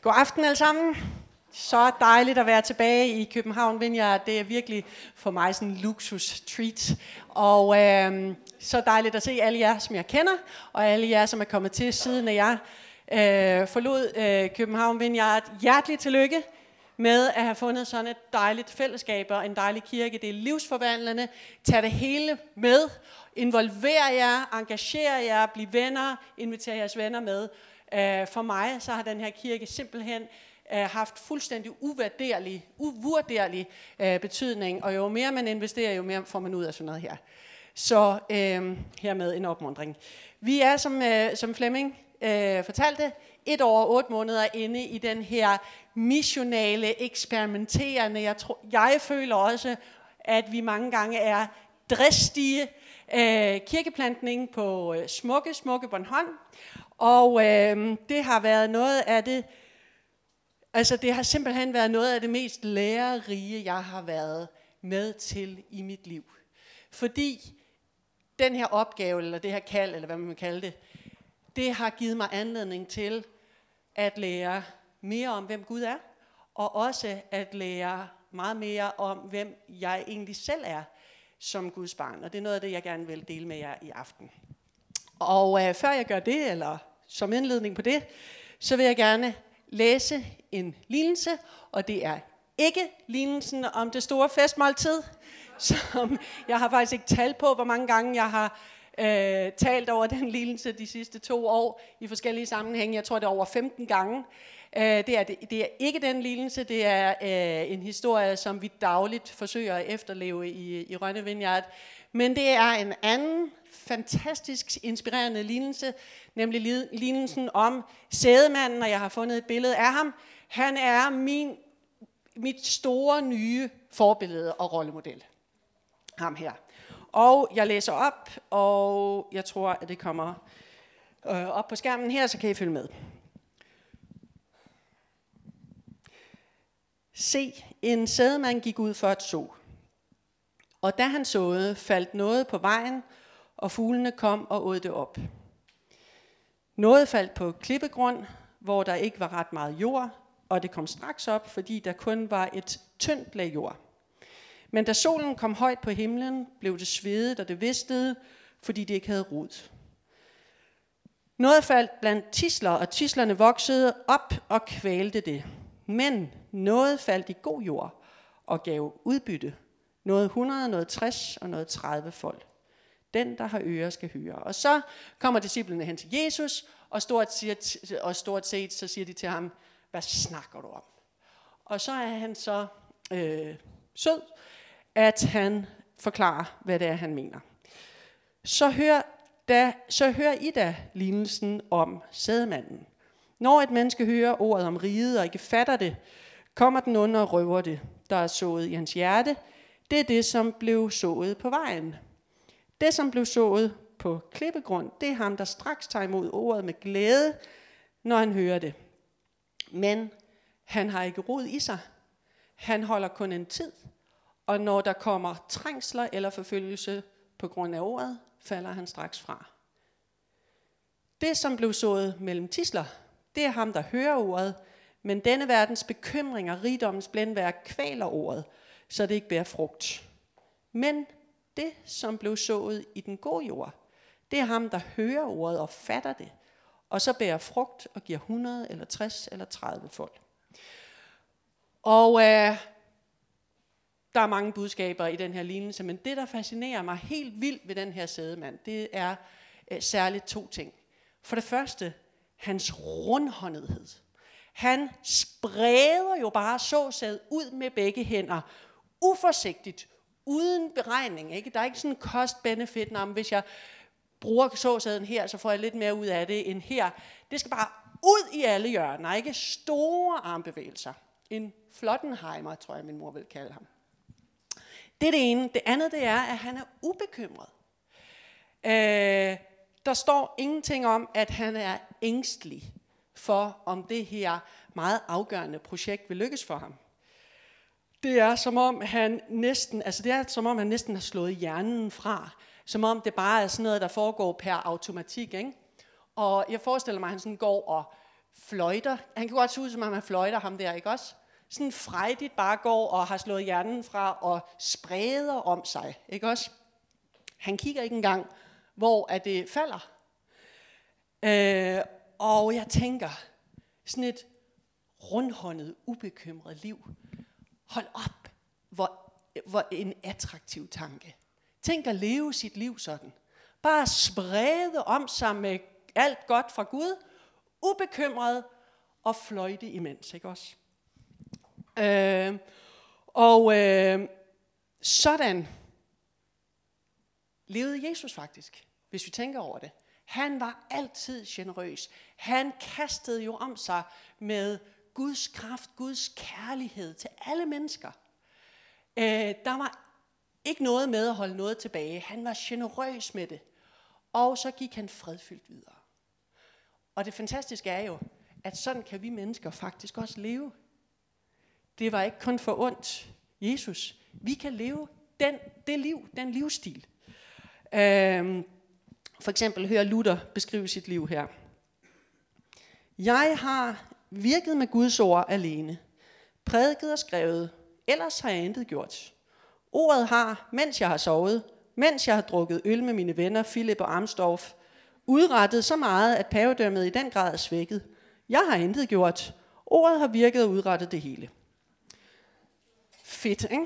God aften alle sammen. Så dejligt at være tilbage i København Vineyard. Det er virkelig for mig sådan en luksus treat. Og så dejligt at se alle jer, som jeg kender, og alle jer, som er kommet til siden af jer forlod København Vineyard. Hjertelig tillykke med at have fundet sådan et dejligt fællesskab og en dejlig kirke. Det er livsforvandlende. Tag det hele med. Involver jer, engager jer, bliv venner, inviter jeres venner med. For mig så har den her kirke simpelthen haft fuldstændig uvurderlig betydning, og jo mere man investerer, jo mere får man ud af sådan noget her. Så hermed en opmuntring. Vi er, som Flemming fortalte, 1 år og 8 måneder inde i den her missionale, eksperimenterende. Jeg føler også, at vi mange gange er dristige kirkeplantning på smukke Bornholm. Og det har været noget af det, altså det har simpelthen været noget af det mest lærerige, jeg har været med til i mit liv. Fordi den her opgave, eller det her kald, eller hvad man vil kalde det, det har givet mig anledning til at lære mere om, hvem Gud er, og også at lære meget mere om, hvem jeg egentlig selv er som Guds barn. Og det er noget af det, jeg gerne vil dele med jer i aften. Og før jeg gør det, eller som indledning på det, så vil jeg gerne læse en lignelse, og det er ikke lignelsen om det store festmåltid, som jeg har faktisk ikke talt på, hvor mange gange jeg har talt over den lignelse de sidste 2 år i forskellige sammenhænge. Jeg tror, det er over 15 gange. Det er ikke den lignelse, det er en historie, som vi dagligt forsøger at efterleve i Rønne Vineyard. Men det er en anden fantastisk inspirerende lignelse, nemlig lignelsen om sædemanden, og jeg har fundet et billede af ham. Han er mit store nye forbillede og rollemodel. Ham her. Og jeg læser op, og jeg tror, at det kommer op på skærmen her, så kan I følge med. Se, en sædemand gik ud for at så. Og da han såede, faldt noget på vejen, og fuglene kom og åd det op. Noget faldt på klippegrund, hvor der ikke var ret meget jord, og det kom straks op, fordi der kun var et tyndt lag jord. Men da solen kom højt på himlen, blev det svedet, og det visnede, fordi det ikke havde rod. Noget faldt blandt tisler, og tislerne voksede op og kvalte det. Men noget faldt i god jord og gav udbytte. Noget 100, noget 60 og noget 30 fold. Den, der har ører, skal høre. Og så kommer disciplene hen til Jesus, og stort set så siger de til ham, hvad snakker du om? Og så er han så sød, at han forklarer, hvad det er, han mener. Så hør I da lignelsen om sædemanden. Når et menneske hører ordet om riget og ikke fatter det, kommer den onde og røver det, der er sået i hans hjerte. Det er det, som blev sået på vejen. Det, som blev sået på klippegrund, det er ham, der straks tager imod ordet med glæde, når han hører det. Men han har ikke rod i sig. Han holder kun en tid. Og når der kommer trængsler eller forfølgelse på grund af ordet, falder han straks fra. Det, som blev sået mellem tisler, det er ham, der hører ordet, men denne verdens bekymringer, rigdommens blændværk, kvæler ordet, så det ikke bærer frugt. Men det, som blev sået i den gode jord, det er ham, der hører ordet og fatter det, og så bærer frugt og giver 100 eller 60 eller 30 fold. Og der er mange budskaber i den her lignelse, men det, der fascinerer mig helt vildt ved den her sædemand, det er særligt 2 ting. For det første, hans rundhåndethed. Han spreder jo bare såsæd ud med begge hænder, uforsigtigt, uden beregning. Ikke? Der er ikke sådan en cost-benefit, om hvis jeg bruger såsæden her, så får jeg lidt mere ud af det end her. Det skal bare ud i alle hjørner, ikke? Store armbevægelser. En Flottenheimer, tror jeg, min mor vil kalde ham. Det er det ene. Det andet, det er, at han er ubekymret. Der står ingenting om, at han er ængstelig for, om det her meget afgørende projekt vil lykkes for ham. Det er som om han næsten har slået hjernen fra. Som om det bare er sådan noget, der foregår per automatik. Ikke? Og jeg forestiller mig, at han sådan går og fløjter. Han kan godt se ud, som om han fløjter ham der, ikke også? Sådan frejdigt bare går og har slået hjernen fra og spreder om sig, ikke også? Han kigger ikke engang, hvor at det falder. Og jeg tænker, sådan et rundhåndet, ubekymret liv. Hold op, hvor en attraktiv tanke. Tænk at leve sit liv sådan. Bare sprede om sig med alt godt fra Gud, ubekymret og fløjte imens, ikke også? Sådan levede Jesus faktisk, hvis vi tænker over det. Han var altid generøs. Han kastede jo om sig med Guds kraft, Guds kærlighed til alle mennesker. Der var ikke noget med at holde noget tilbage. Han var generøs med det. Og så gik han fredfyldt videre. Og det fantastiske er jo, at sådan kan vi mennesker faktisk også leve. Det var ikke kun for ondt Jesus. Vi kan leve det liv, den livsstil. For eksempel hører Luther beskrive sit liv her. Jeg har virket med Guds ord alene, prædiket og skrevet, ellers har jeg intet gjort. Ordet har, mens jeg har sovet, mens jeg har drukket øl med mine venner Philip og Amsdorf, udrettet så meget, at pavedømmet i den grad er svækket. Jeg har intet gjort. Ordet har virket og udrettet det hele. Fedt, ikke?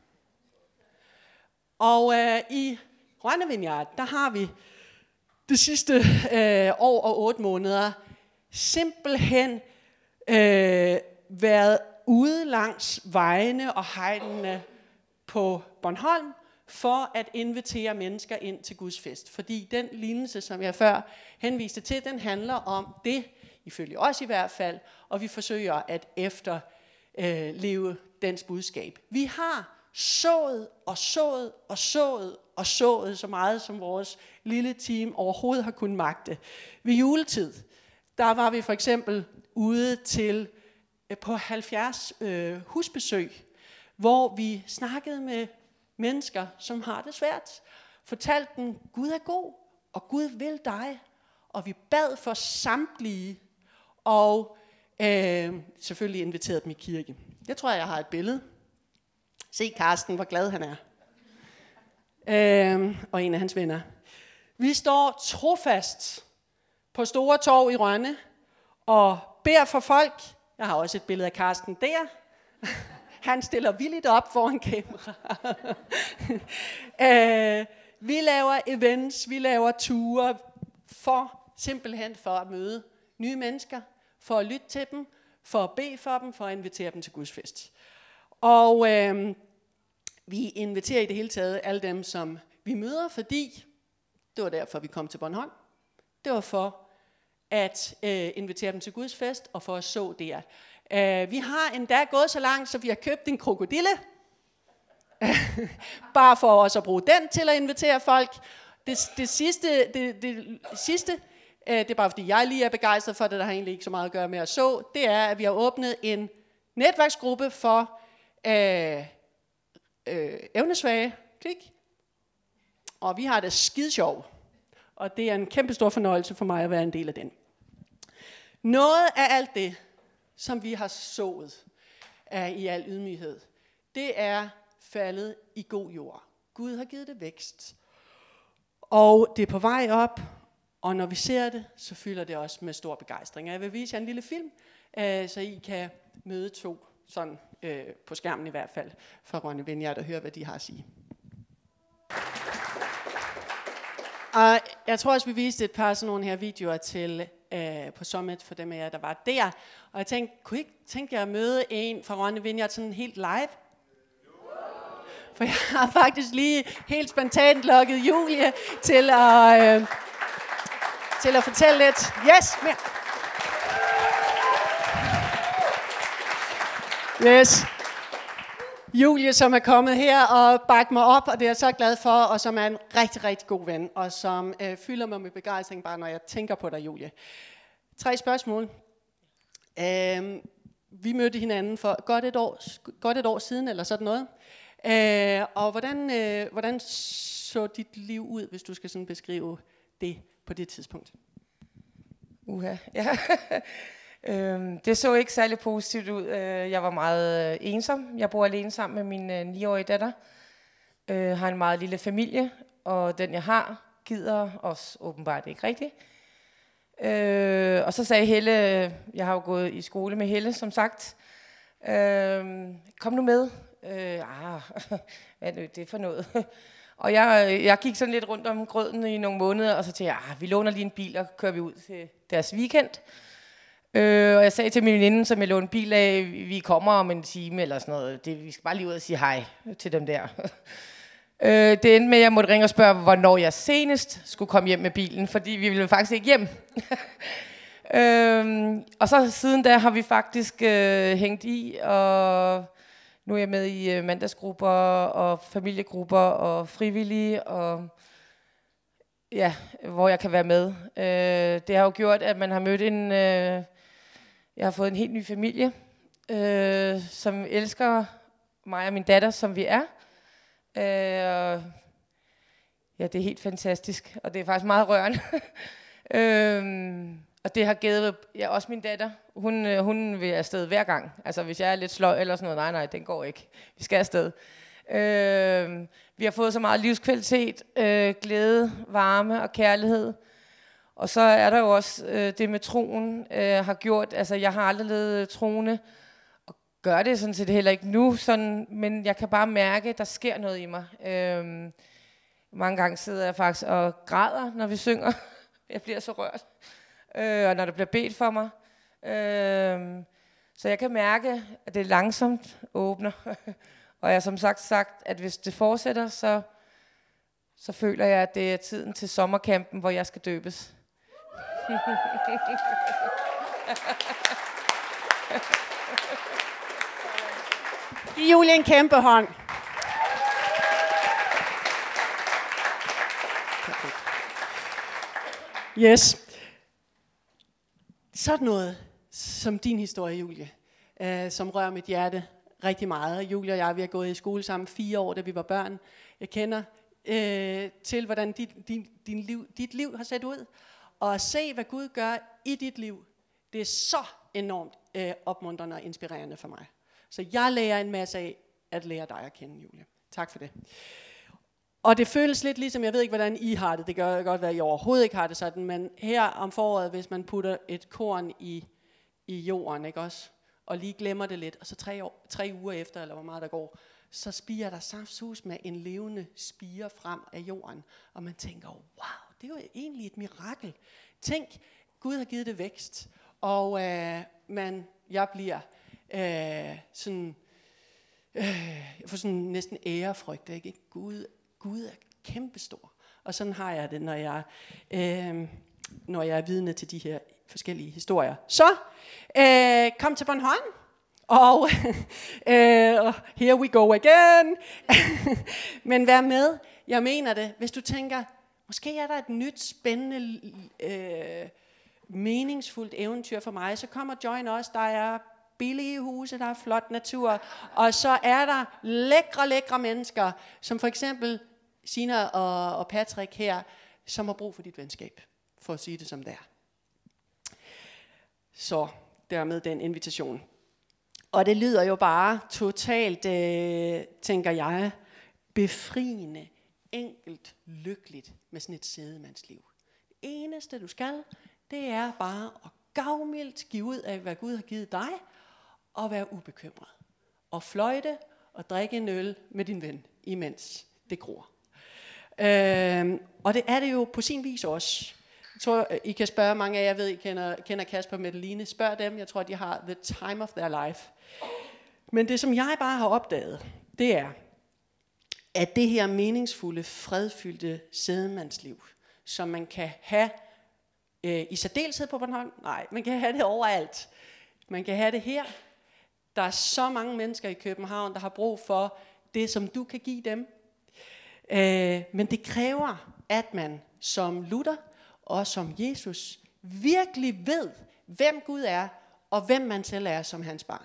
Og i Rønne Vineyard, der har vi det sidste år og 8 måneder simpelthen været ude langs vejene og hegnene på Bornholm for at invitere mennesker ind til Guds fest. Fordi den lignelse, som jeg før henviste til, den handler om det, ifølge os i hvert fald, og vi forsøger at efterleve dens budskab. Vi har sået så meget, som vores lille team overhovedet har kunnet magte. Ved juletid, der var vi for eksempel ude på 70 husbesøg, hvor vi snakkede med mennesker, som har det svært. Fortalte dem, Gud er god, og Gud vil dig. Og vi bad for samtlige, og selvfølgelig inviterede dem i kirke. Jeg tror, jeg har et billede. Se Karsten, hvor glad han er. Og en af hans venner. Vi står trofast på Store Torv i Rønne og beder for folk. Jeg har også et billede af Karsten der. Han stiller villigt op foran kamera. Vi laver events, vi laver ture, simpelthen for at møde nye mennesker, for at lytte til dem, for at bede for dem, for at invitere dem til Guds fest. Og vi inviterer i det hele taget alle dem, som vi møder, fordi det var derfor, vi kom til Bornholm. Det var for at invitere dem til Guds fest og for at så der. Vi har endda gået så langt, så vi har købt en krokodille. Bare for os at bruge den til at invitere folk. Det sidste, det er bare fordi jeg lige er begejstret for det, der har egentlig ikke så meget at gøre med at så, det er, at vi har åbnet en netværksgruppe for evnesvage. Klik. Og vi har det skide sjov. Og det er en kæmpe stor fornøjelse for mig at være en del af den. Noget af alt det, som vi har sået i al ydmyghed, det er faldet i god jord. Gud har givet det vækst. Og det er på vej op, og når vi ser det, så fylder det også med stor begejstring. Jeg vil vise jer en lille film, så I kan møde 2, sådan på skærmen i hvert fald, fra Rønne Vineyard og høre, hvad de har at sige. Og jeg tror også, vi viste et par sådan nogle her videoer til på Summit for dem af jer, der var der. Og jeg tænkte, kunne I ikke tænke jer at møde en fra Rønne Vineyard sådan helt live? For jeg har faktisk lige helt spontant lukket Julie til at fortælle lidt. Yes, mere. Yes. Julie, som er kommet her og bakket mig op, og det er jeg så glad for, og som er en rigtig, rigtig god ven, og som fylder mig med begejstring, bare når jeg tænker på dig, Julie. 3 spørgsmål. Vi mødte hinanden for godt et år siden, eller sådan noget. Og hvordan så dit liv ud, hvis du skal sådan beskrive det på det tidspunkt? Ja. Det så ikke særlig positivt ud. Jeg var meget ensom. Jeg bor alene sammen med min 9-årige datter. Har en meget lille familie, og den jeg har gider os åbenbart ikke rigtigt. Og så sagde Helle, jeg har jo gået i skole med Helle, som sagt, kom nu med. Hvad er det for noget? Og jeg gik sådan lidt rundt om grøden i nogle måneder, og så tænkte jeg, vi låner lige en bil, og kører vi ud til deres weekend. Og jeg sagde til min veninde, som jeg lånte en bil af, vi kommer om en time eller sådan noget. Vi skal bare lige ud og sige hej til dem der. Det endte med, at jeg måtte ringe og spørge, hvornår jeg senest skulle komme hjem med bilen, fordi vi ville faktisk ikke hjem. Og så siden da har vi faktisk hængt i, og nu er jeg med i mandagsgrupper og familiegrupper og frivillige, og ja, hvor jeg kan være med. Det har jo gjort, at man har mødt jeg har fået en helt ny familie, som elsker mig og min datter, som vi er. Ja, det er helt fantastisk, og det er faktisk meget rørende. Og det har givet, også min datter, hun vil afsted hver gang. Altså hvis jeg er lidt sløj eller sådan noget, nej, den går ikke. Vi skal afsted. Vi har fået så meget livskvalitet, glæde, varme og kærlighed. Og så er der jo også det med troen har gjort, altså jeg har aldrig levet troende, og gør det sådan set heller ikke nu, sådan, men jeg kan bare mærke, at der sker noget i mig. Mange gange sidder jeg faktisk og græder, når vi synger. Jeg bliver så rørt. Og når der bliver bedt for mig. Så jeg kan mærke, at det langsomt åbner. Og jeg har som sagt, at hvis det fortsætter, så føler jeg, at det er tiden til sommercampen, hvor jeg skal døbes. Giv Julie en kæmpe hånd. Yes. Sådan noget som din historie, Julie, som rører mit hjerte rigtig meget. Julie og jeg, vi har gået i skole sammen 4 år, da vi var børn. Jeg kender til, hvordan dit liv har set ud. Og at se, hvad Gud gør i dit liv, det er så enormt opmuntrende og inspirerende for mig. Så jeg lærer en masse af at lære dig at kende, Julie. Tak for det. Og det føles lidt ligesom, jeg ved ikke, hvordan I har det. Det kan godt være, at I overhovedet ikke har det sådan. Men her om foråret, hvis man putter et korn i jorden, ikke også? Og lige glemmer det lidt, og så 3 uger efter, eller hvor meget der går, så spiger der saftsus med en levende spire frem af jorden. Og man tænker, wow, det er jo egentlig et mirakel. Tænk, Gud har givet det vækst. Og jeg bliver sådan, jeg får sådan næsten ærefrygt, ikke? Gud er kæmpestor. Og sådan har jeg det, når jeg er vidne til de her forskellige historier. Så, kom til Bornholm. Og here we go again. Men vær med. Jeg mener det. Hvis du tænker, måske er der et nyt, spændende, meningsfuldt eventyr for mig, så kommer Join Us. Der er billige huse, der er flot natur. Og så er der lækre mennesker, som for eksempel Sina og Patrick her, som har brug for dit venskab, for at sige det som det er. Så dermed den invitation. Og det lyder jo bare totalt, tænker jeg, befriende, enkelt, lykkeligt med sådan et sædemandsliv. Det eneste du skal, det er bare at gavmildt give ud af, hvad Gud har givet dig, og være ubekymret. Og fløjte og drikke en øl med din ven, imens det gror. Og det er det jo på sin vis også. Jeg tror, I kan spørge mange af jer, ved I kender Kasper og Mette-Line. Spørg dem, jeg tror, de har the time of their life. Men det, som jeg bare har opdaget, det er, at det her meningsfulde, fredfyldte sædemandsliv, som man kan have i særdeleshed på Bornholm, nej, man kan have det overalt. Man kan have det her. Der er så mange mennesker i København, der har brug for det, som du kan give dem. Men det kræver, at man som Luther og som Jesus virkelig ved, hvem Gud er, og hvem man selv er som hans barn.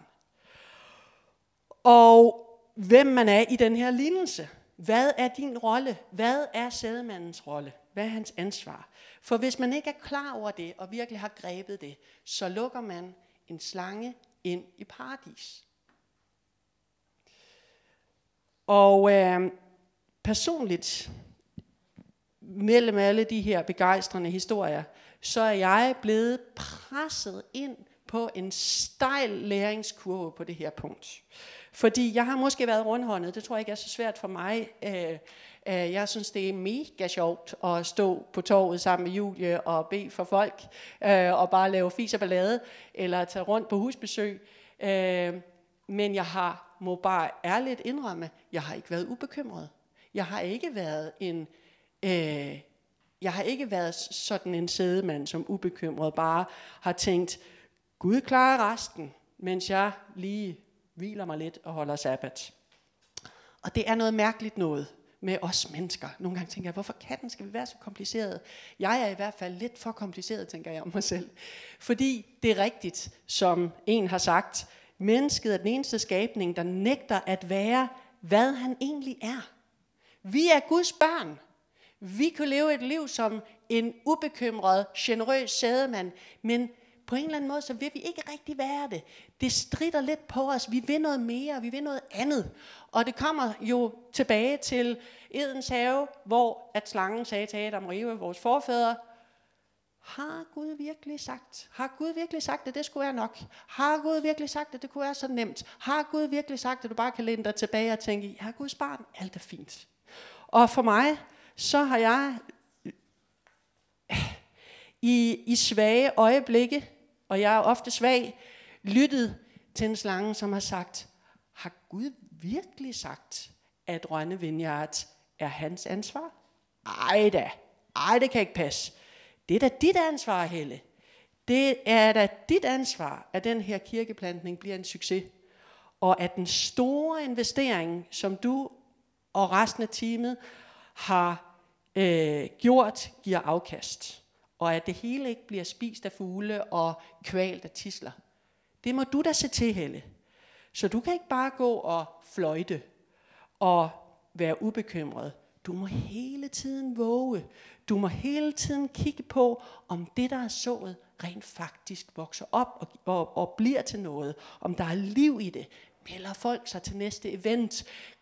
Og hvem man er i den her lignelse. Hvad er din rolle? Hvad er sædemandens rolle? Hvad er hans ansvar? For hvis man ikke er klar over det, og virkelig har grebet det, så lukker man en slange ind i paradis. Og personligt, mellem alle de her begejstrende historier, så er jeg blevet presset ind på en stejl læringskurve på det her punkt. Fordi jeg har måske været rundhåndet, det tror jeg ikke er så svært for mig. Jeg synes, det er mega sjovt at stå på torvet sammen med Julie og bede for folk, og bare lave fis og ballade, eller tage rundt på husbesøg. Men må bare ærligt indrømme, jeg har ikke været ubekymret. Jeg har ikke været sådan en sædemand, som ubekymret bare har tænkt, Gud klarer resten, mens jeg lige hviler mig lidt og holder sabbat. Og det er noget mærkeligt noget med os mennesker. Nogle gange tænker jeg, hvorfor skal vi være så kompliceret? Jeg er i hvert fald lidt for kompliceret, tænker jeg om mig selv. Fordi det er rigtigt, som en har sagt, mennesket er den eneste skabning, der nægter at være, hvad han egentlig er. Vi er Guds børn. Vi kan leve et liv som en ubekymret, generøs sædemand, men på en eller anden måde, så vil vi ikke rigtig være det. Det stritter lidt på os. Vi vil noget mere, vi vil noget andet. Og det kommer jo tilbage til Edens have, hvor at slangen sagde til Adam og Eva, vores forfædre, har Gud virkelig sagt? Har Gud virkelig sagt, at det skulle være nok? Har Gud virkelig sagt, at det kunne være så nemt? Har Gud virkelig sagt, at du bare kan læne dig tilbage og tænke, jeg er Guds barn, alt er fint. Og for mig, så har jeg i svage øjeblikke, og jeg er ofte svag, lyttet til en slange, som har sagt, har Gud virkelig sagt, at Rønne Vineyard er hans ansvar? Ej, det kan ikke passe. Det er da dit ansvar, Helle. Det er da dit ansvar, at den her kirkeplantning bliver en succes. Og at den store investering, som du og resten af teamet har gjort, giver afkast. Og at det hele ikke bliver spist af fugle og kvalt af tisler. Det må du da se til, Helle. Så du kan ikke bare gå og fløjte og være ubekymret. Du må hele tiden våge. Du må hele tiden kigge på, om det, der er sået, rent faktisk vokser op og bliver til noget. Om der er liv i det. Melder folk sig til næste event.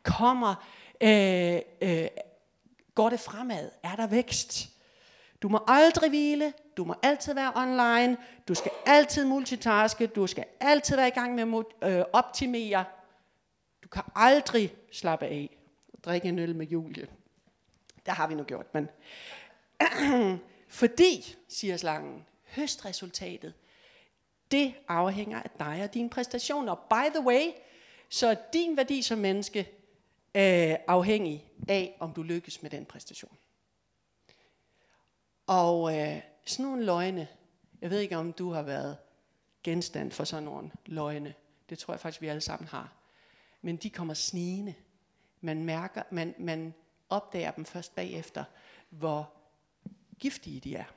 Går det fremad? Er der vækst? Du må aldrig hvile. Du må altid være online. Du skal altid multitaske. Du skal altid være i gang med at optimere. Du kan aldrig slappe af. Drikke en øl med Julie. Der har vi nu gjort, men fordi, siger slangen, høstresultatet, det afhænger af dig og dine præstationer. By the way, så er din værdi som menneske afhængig af, om du lykkes med den præstation. Og sådan nogle løgne, jeg ved ikke, om du har været genstand for sådan nogle løgne. Det tror jeg faktisk, vi alle sammen har. Men de kommer snigende. Man opdager dem først bagefter, hvor giftige de er.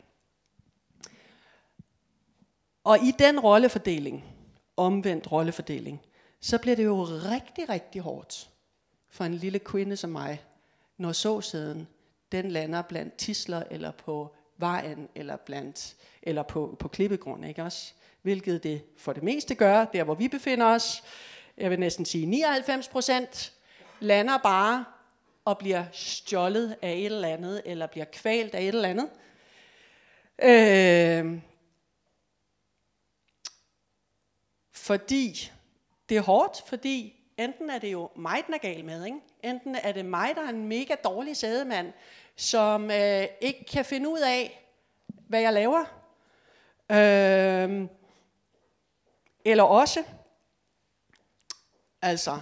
Og i den rollefordeling, omvendt rollefordeling, så bliver det jo rigtig, rigtig hårdt for en lille kvinde som mig, når såsæden, den lander blandt tisler, eller på vejen, eller på klippegrund, ikke også? Hvilket det for det meste gør, der hvor vi befinder os. Jeg vil næsten sige 99% lander bare og bliver stjålet af et eller andet, eller bliver kvalt af et eller andet. Fordi det er hårdt, fordi enten er det jo mig, den er gal med, ikke? Enten er det mig, der er en mega dårlig sædemand, som ikke kan finde ud af, hvad jeg laver. Eller også, altså,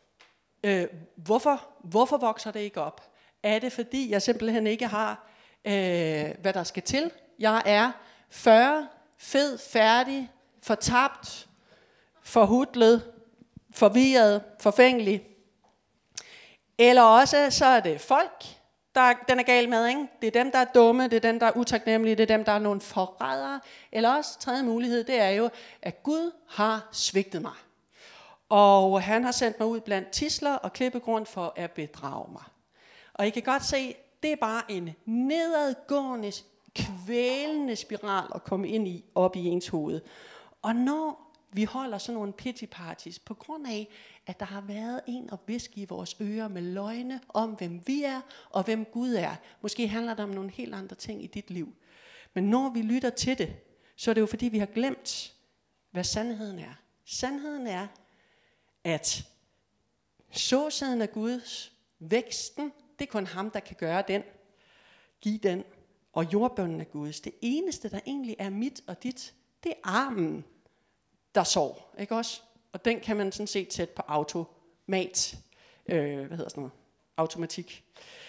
hvorfor vokser det ikke op? Er det fordi, jeg simpelthen ikke har, hvad der skal til? Jeg er 40, fed, færdig, fortabt, forhudlet, forvirret, forfængelig. Eller også, så er det folk, den er gal med, ikke? Det er dem, der er dumme, det er dem, der er utaknemmelige, det er dem, der er nogle forrædere. Eller også, tredje mulighed, det er jo, at Gud har svigtet mig. Og han har sendt mig ud blandt tisler og klippegrund for at bedrage mig. Og I kan godt se, det er bare en nedadgående, kvælende spiral at komme ind i, op i ens hoved. Og når Vi holder sådan nogle pity parties på grund af, at der har været en og viske i vores ører med løgne om, hvem vi er og hvem Gud er. Måske handler det om nogle helt andre ting i dit liv. Men når vi lytter til det, så er det jo fordi, vi har glemt, hvad sandheden er. Sandheden er, at såsæden af Guds, væksten, det er kun ham, der kan gøre den, give den, og jordbønnen af Guds. Det eneste, der egentlig er mit og dit, det er armen, der sår, ikke også? Og den kan man sådan set sætte på automatik.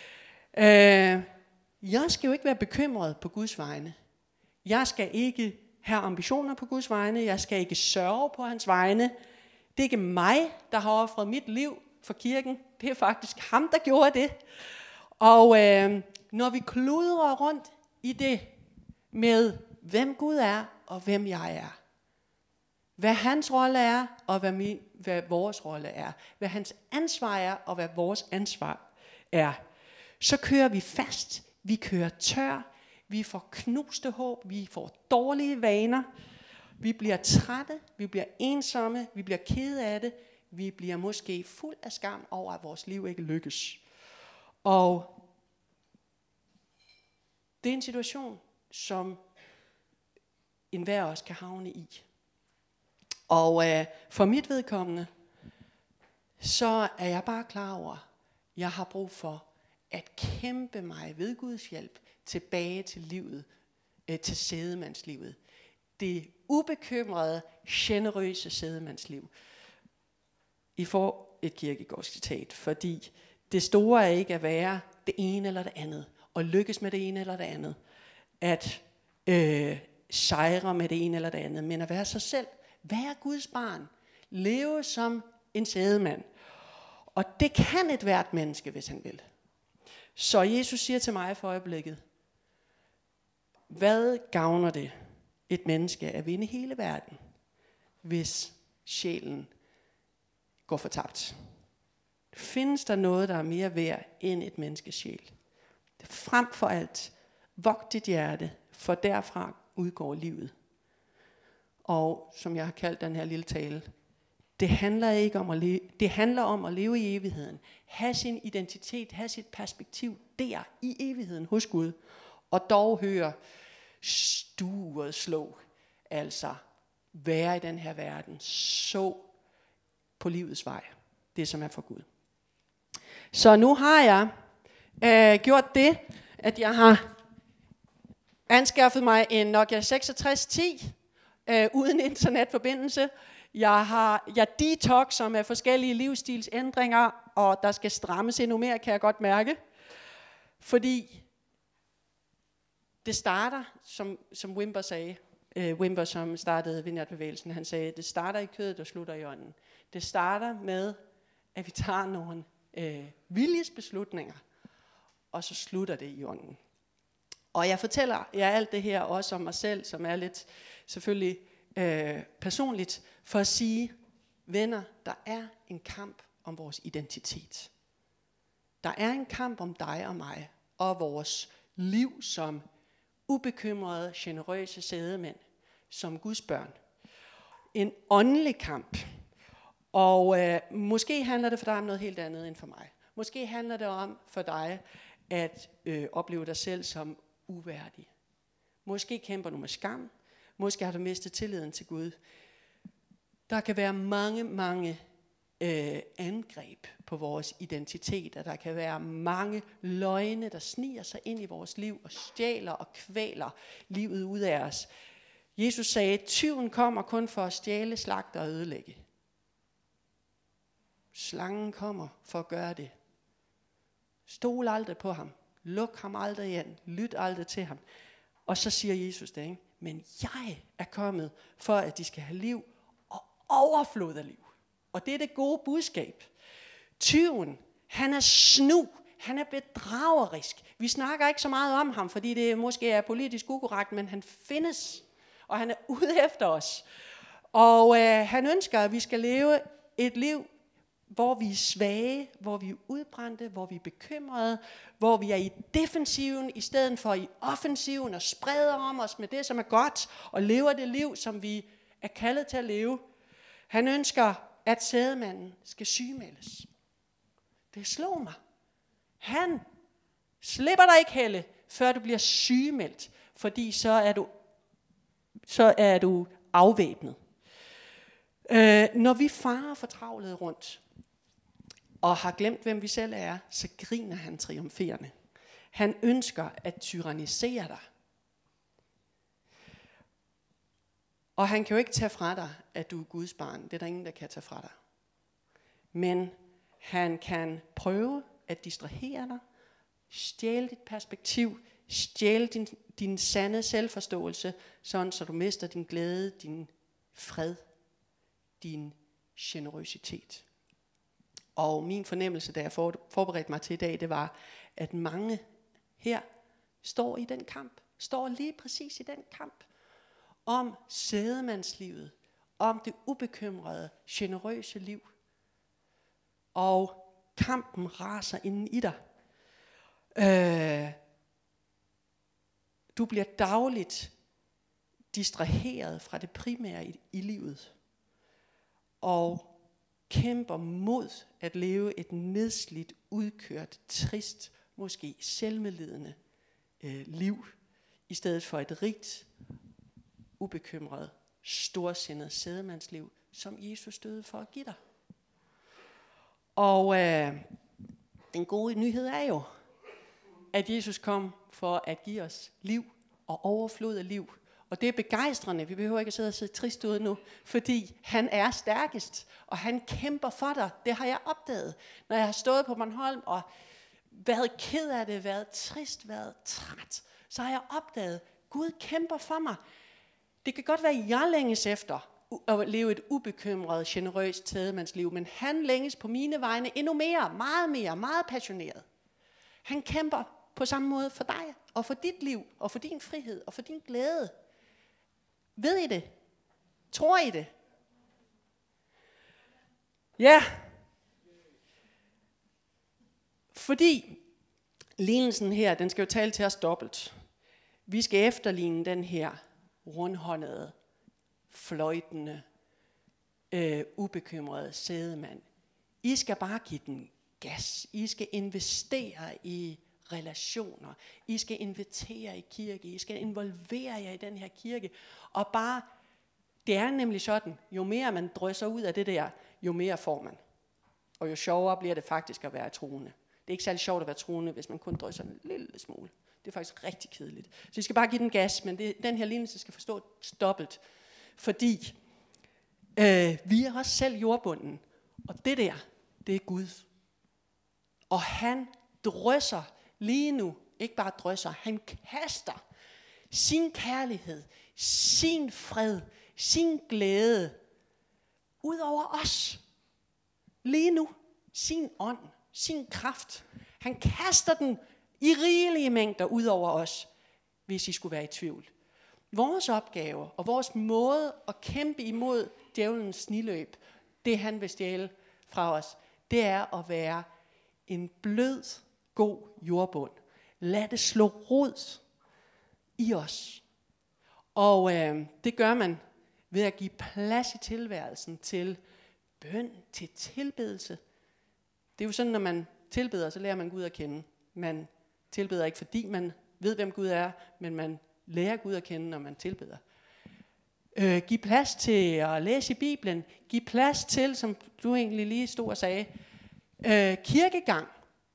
Jeg skal jo ikke være bekymret på Guds vegne. Jeg skal ikke have ambitioner på Guds vegne. Jeg skal ikke sørge på hans vegne. Det er ikke mig, der har offret mit liv for kirken. Det er faktisk ham, der gjorde det. Og når vi kludrer rundt i det med, hvem Gud er og hvem jeg er, hvad hans rolle er og hvad vores rolle er, hvad hans ansvar er og hvad vores ansvar er, så kører vi fast, vi kører tør, vi får knuste håb, vi får dårlige vaner, vi bliver trætte, vi bliver ensomme, vi bliver kede af det, vi bliver måske fuld af skam over, at vores liv ikke lykkes. Og det er en situation, som enhver af os kan havne i. Og for mit vedkommende, så er jeg bare klar over, at jeg har brug for at kæmpe mig ved Guds hjælp tilbage til livet, til sædemandslivet. Det ubekymrede, generøse sædemandsliv. I får et kirkegårdscitat, fordi det store er ikke at være det ene eller det andet, og lykkes med det ene eller det andet, at sejre med det ene eller det andet, men at være sig selv, være Guds barn, leve som en sædemand. Og det kan et hvert menneske, hvis han vil. Så Jesus siger til mig for øjeblikket, hvad gavner det et menneske at vinde hele verden, hvis sjælen går fortabt? Findes der noget, der er mere værd end et menneskes sjæl? Frem for alt, vogt dit hjerte, for derfra udgår livet. Og som jeg har kaldt den her lille tale, det handler om at leve i evigheden. Ha' sin identitet, ha' sit perspektiv der i evigheden hos Gud. Og dog høre stuet slå. Altså være i den her verden. Så på livets vej. Det som er for Gud. Så nu har jeg gjort det, at jeg har anskaffet mig en Nokia 6610 uden internetforbindelse. Jeg detoxer med forskellige livsstilsændringer, og der skal strammes endnu mere, kan jeg godt mærke. Fordi det starter, som Wimber sagde, Wimber som startede Vineyard-bevægelsen, han sagde, det starter i kødet og slutter i ånden. Det starter med, at vi tager nogle viljesbeslutninger, og så slutter det i ånden. Og jeg fortæller jer alt det her også om mig selv, som er lidt selvfølgelig personligt, for at sige, venner, der er en kamp om vores identitet. Der er en kamp om dig og mig, og vores liv som ubekymrede, generøse sædemænd, som Guds børn. En åndelig kamp. Og måske handler det for dig om noget helt andet end for mig. Måske handler det om for dig at opleve dig selv som uværdig. Måske kæmper du med skam. Måske har du mistet tilliden til Gud. Der kan være mange angreb på vores identitet, og der kan være mange løgne, der sniger sig ind i vores liv og stjæler og kvæler livet ud af os. Jesus sagde, tyven kommer kun for at stjæle, slagte og ødelægge. Slangen kommer for at gøre det. Stol aldrig på ham. Luk ham aldrig ind. Lyt aldrig til ham. Og så siger Jesus det, ikke? Men jeg er kommet for, at de skal have liv og overflod af liv. Og det er det gode budskab. Tyven, han er snu. Han er bedragerisk. Vi snakker ikke så meget om ham, fordi det måske er politisk ukorrekt, men han findes. Og han er ude efter os. Og han ønsker, at vi skal leve et liv, hvor vi er svage, hvor vi er udbrændte, hvor vi er bekymrede, hvor vi er i defensiven i stedet for i offensiven og spreder om os med det, som er godt, og lever det liv, som vi er kaldet til at leve. Han ønsker, at sædemanden skal sygemeldes. Det slår mig. Han slipper dig ikke, Helle, før du bliver sygemeldt, fordi så er du afvæbnet. Når vi farer fortravlet rundt og har glemt, hvem vi selv er, så griner han triumferende. Han ønsker at tyrannisere dig. Og han kan jo ikke tage fra dig, at du er Guds barn. Det er der ingen, der kan tage fra dig. Men han kan prøve at distrahere dig, stjæle dit perspektiv, stjæle din sande selvforståelse, sådan så du mister din glæde, din fred, din generøsitet. Og min fornemmelse, da jeg forberedte mig til i dag, det var, at mange her står i den kamp, står lige præcis i den kamp, om sædemandslivet, om det ubekymrede, generøse liv. Og kampen raser inden i dig. Du bliver dagligt distraheret fra det primære i livet. Og kæmper mod at leve et nedslidt, udkørt, trist, måske selvmedlidende liv, i stedet for et rigt, ubekymret, storsindet sædemandsliv, som Jesus døde for at give dig. Og den gode nyhed er jo, at Jesus kom for at give os liv og overflod af liv. Og det er begejstrende. Vi behøver ikke at sidde og se trist ud nu, fordi han er stærkest, og han kæmper for dig. Det har jeg opdaget, når jeg har stået på Bornholm og været ked af det, været trist, været træt. Så har jeg opdaget, at Gud kæmper for mig. Det kan godt være, at jeg længes efter at leve et ubekymret, generøst sædemandsliv, men han længes på mine vegne endnu mere, meget passioneret. Han kæmper på samme måde for dig, og for dit liv, og for din frihed, og for din glæde. Ved I det? Tror I det? Ja. Fordi lignelsen her, den skal jo tale til os dobbelt. Vi skal efterligne den her rundhåndede, fløjtende, ubekymrede sædemand. I skal bare give den gas. I skal investere i relationer. I skal invitere i kirke. I skal involvere jer i den her kirke. Og bare, det er nemlig sådan, jo mere man drysser ud af det der, jo mere får man. Og jo sjovere bliver det faktisk at være troende. Det er ikke særlig sjovt at være troende, hvis man kun drysser en lille smule. Det er faktisk rigtig kedeligt. Så I skal bare give den gas, men den her lignelse skal forstå dobbelt. Fordi vi er også selv jordbunden. Og det der, det er Gud. Og han drysser lige nu, ikke bare drysser, han kaster sin kærlighed, sin fred, sin glæde ud over os. Lige nu, sin ånd, sin kraft. Han kaster den i rigelige mængder ud over os, hvis I skulle være i tvivl. Vores opgave og vores måde at kæmpe imod djævelens sniløb, det han vil stjæle fra os, det er at være en blød, god jordbund. Lad det slå rod i os. Og det gør man ved at give plads i tilværelsen til bøn, til tilbedelse. Det er jo sådan, når man tilbeder, så lærer man Gud at kende. Man tilbeder ikke, fordi man ved, hvem Gud er, men man lærer Gud at kende, når man tilbeder. Giv plads til at læse i Bibelen. Giv plads til, som du egentlig lige stod og sagde, kirkegang.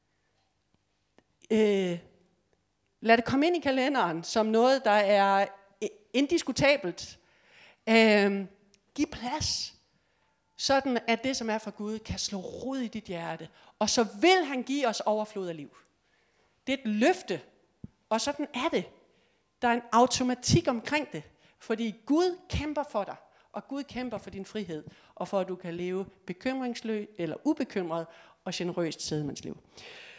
Lad det komme ind i kalenderen som noget, der er indiskutabelt. Giv plads, sådan at det, som er fra Gud, kan slå rod i dit hjerte. Og så vil han give os overflod af liv. Det er et løfte, og sådan er det. Der er en automatik omkring det, fordi Gud kæmper for dig, og Gud kæmper for din frihed, og for at du kan leve bekymringsløst eller ubekymret og generøst sædemandsliv.